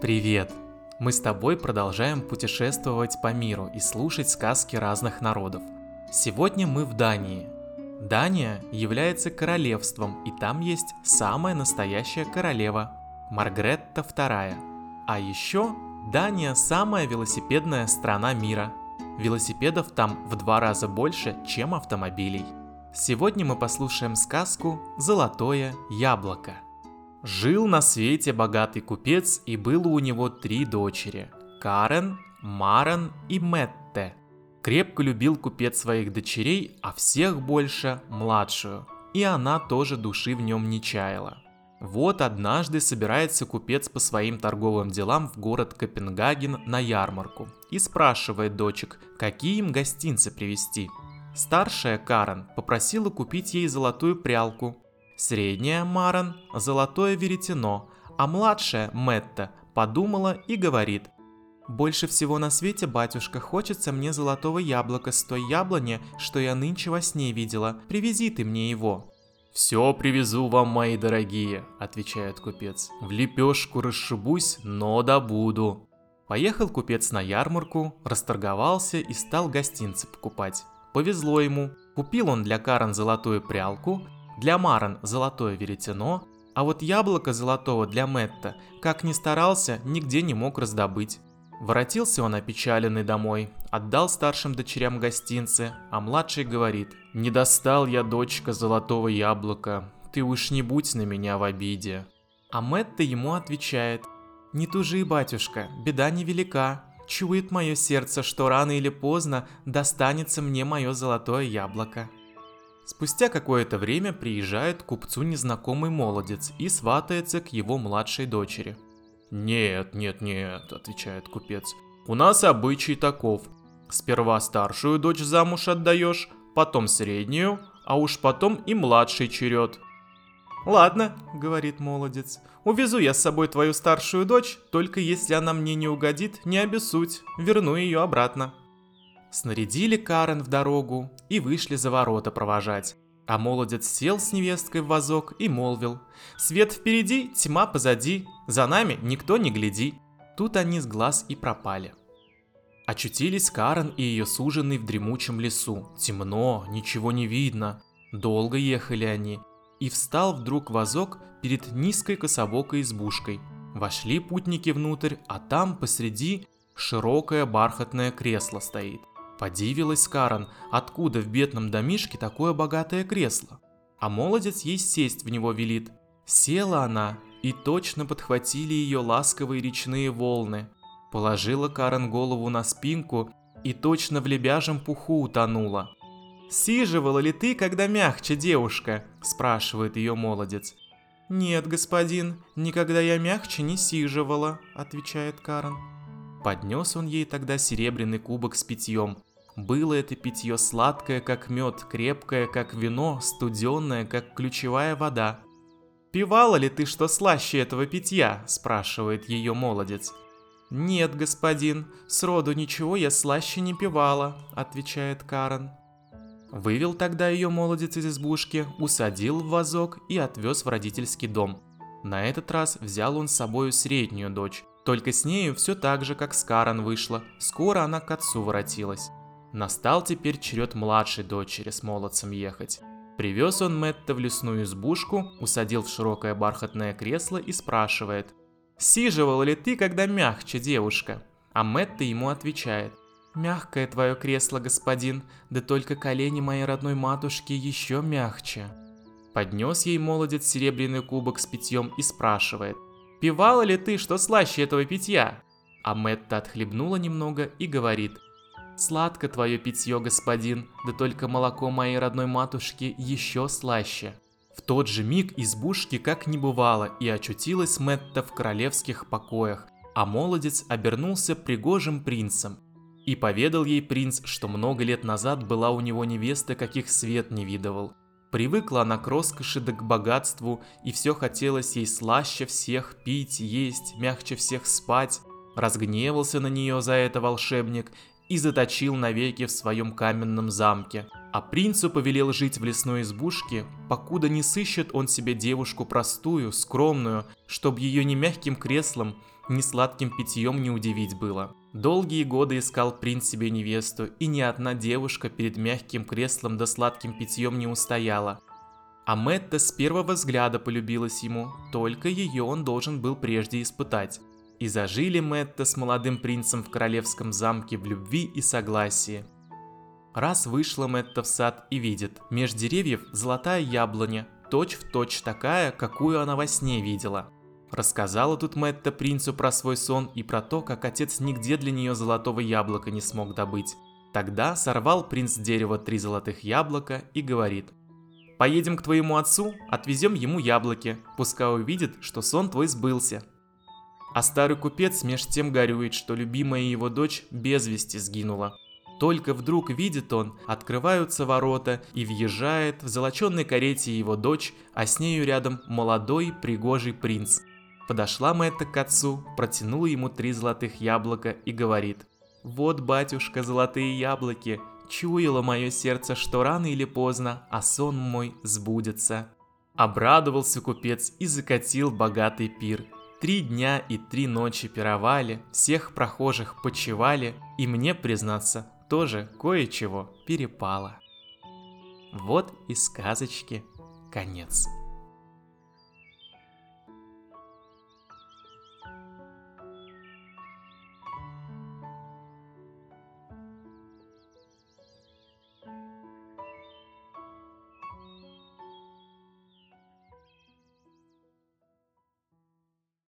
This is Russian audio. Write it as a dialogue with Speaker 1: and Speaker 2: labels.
Speaker 1: Привет! Мы с тобой продолжаем путешествовать по миру и слушать сказки разных народов. Сегодня мы в Дании. Дания является королевством, и там есть самая настоящая королева – Маргретта II. А еще Дания самая велосипедная страна мира. Велосипедов там в 2 раза больше, чем автомобилей. Сегодня мы послушаем сказку «Золотое яблоко». Жил на свете богатый купец, и было у него 3 дочери – Карен, Марен и Метте. Крепко любил купец своих дочерей, а всех больше – младшую, и она тоже души в нем не чаяла. Вот однажды собирается купец по своим торговым делам в город Копенгаген на ярмарку и спрашивает дочек, какие им гостинцы привезти. Старшая Карен попросила купить ей золотую прялку, средняя Марен – золотое веретено, а младшая Метта подумала и говорит: «Больше всего на свете, батюшка, хочется мне золотого яблока с той яблони, что я нынче во сне видела. Привези ты мне его». «Все привезу вам, мои дорогие», – отвечает купец. «В лепешку расшибусь, но добуду». Поехал купец на ярмарку, расторговался и стал гостинцы покупать. Повезло ему. Купил он для Карен золотую прялку, для Марен золотое веретено, а вот яблоко золотого для Метта, как ни старался, нигде не мог раздобыть. Воротился он опечаленный домой, отдал старшим дочерям гостинцы, а младший говорит: «Не достал я, дочка, золотого яблока, ты уж не будь на меня в обиде». А Метта ему отвечает: «Не тужи, батюшка, беда невелика, чует мое сердце, что рано или поздно достанется мне мое золотое яблоко». Спустя какое-то время приезжает к купцу незнакомый молодец и сватается к его младшей дочери. «Нет, – отвечает купец, – у нас обычай таков. Сперва старшую дочь замуж отдаешь, потом среднюю, а уж потом и младший черед». «Ладно, – говорит молодец, – увезу я с собой твою старшую дочь, только если она мне не угодит, не обессудь, верну ее обратно». Снарядили Карен в дорогу и вышли за ворота провожать. А молодец сел с невесткой в вазок и молвил: «Свет впереди, тьма позади, за нами никто не гляди». Тут они с глаз и пропали. Очутились Карен и ее суженый в дремучем лесу. Темно, ничего не видно. Долго ехали они. И встал вдруг вазок перед низкой кособокой избушкой. Вошли путники внутрь, а там посреди широкое бархатное кресло стоит. Подивилась Карен, откуда в бедном домишке такое богатое кресло. А молодец ей сесть в него велит. Села она, и точно подхватили ее ласковые речные волны. Положила Карен голову на спинку и точно в лебяжьем пуху утонула. «Сиживала ли ты, когда мягче, девушка?» – спрашивает ее молодец. «Нет, господин, никогда я мягче не сиживала», – отвечает Карен. Поднес он ей тогда серебряный кубок с питьем. Было это питье сладкое, как мед, крепкое, как вино, студенное, как ключевая вода. «Пивала ли ты что слаще этого питья?» – спрашивает ее молодец. «Нет, господин, сроду ничего я слаще не пивала», – отвечает Карен. Вывел тогда ее молодец из избушки, усадил в вазок и отвез в родительский дом. На этот раз взял он с собою среднюю дочь. Только с нею все так же, как с Карен вышло. Скоро она к отцу воротилась. Настал теперь черед младшей дочери с молодцем ехать. Привез он Метта в лесную избушку, усадил в широкое бархатное кресло и спрашивает: «Сиживала ли ты, когда мягче, девушка?» А Метта ему отвечает: «Мягкое твое кресло, господин, да только колени моей родной матушки еще мягче». Поднес ей молодец серебряный кубок с питьем и спрашивает: «Пивала ли ты, что слаще этого питья?» А Метта отхлебнула немного и говорит: «Сладко твое питье, господин, да только молоко моей родной матушки еще слаще». В тот же миг избушки как не бывало, и очутилась Метта в королевских покоях, а молодец обернулся пригожим принцем. И поведал ей принц, что много лет назад была у него невеста, каких свет не видывал. Привыкла она к роскоши да к богатству, и все хотелось ей слаще всех пить, есть, мягче всех спать. Разгневался на нее за это волшебник и заточил навеки в своем каменном замке. А принцу повелел жить в лесной избушке, покуда не сыщет он себе девушку простую, скромную, чтоб ее ни мягким креслом, ни сладким питьем не удивить было. Долгие годы искал принц себе невесту, и ни одна девушка перед мягким креслом да сладким питьем не устояла. А Мэтта с первого взгляда полюбилась ему, только ее он должен был прежде испытать. И зажили Мэтта с молодым принцем в королевском замке в любви и согласии. Раз вышла Мэтта в сад и видит, меж деревьев золотая яблоня, точь-в-точь такая, какую она во сне видела. Рассказала тут Мэтта принцу про свой сон и про то, как отец нигде для нее золотого яблока не смог добыть. Тогда сорвал принц с дерева 3 золотых яблока и говорит: «Поедем к твоему отцу, отвезем ему яблоки, пускай увидит, что сон твой сбылся». А старый купец меж тем горюет, что любимая его дочь без вести сгинула. Только вдруг видит он, открываются ворота, и въезжает в золоченной карете его дочь, а с нею рядом молодой пригожий принц. Подошла Мэтта к отцу, протянула ему 3 золотых яблока и говорит: «Вот, батюшка, золотые яблоки, чуяло мое сердце, что рано или поздно, а сон мой сбудется». Обрадовался купец и закатил богатый пир. 3 дня и 3 ночи пировали, всех прохожих почивали, и мне, признаться, тоже кое-чего перепало. Вот и сказочки конец.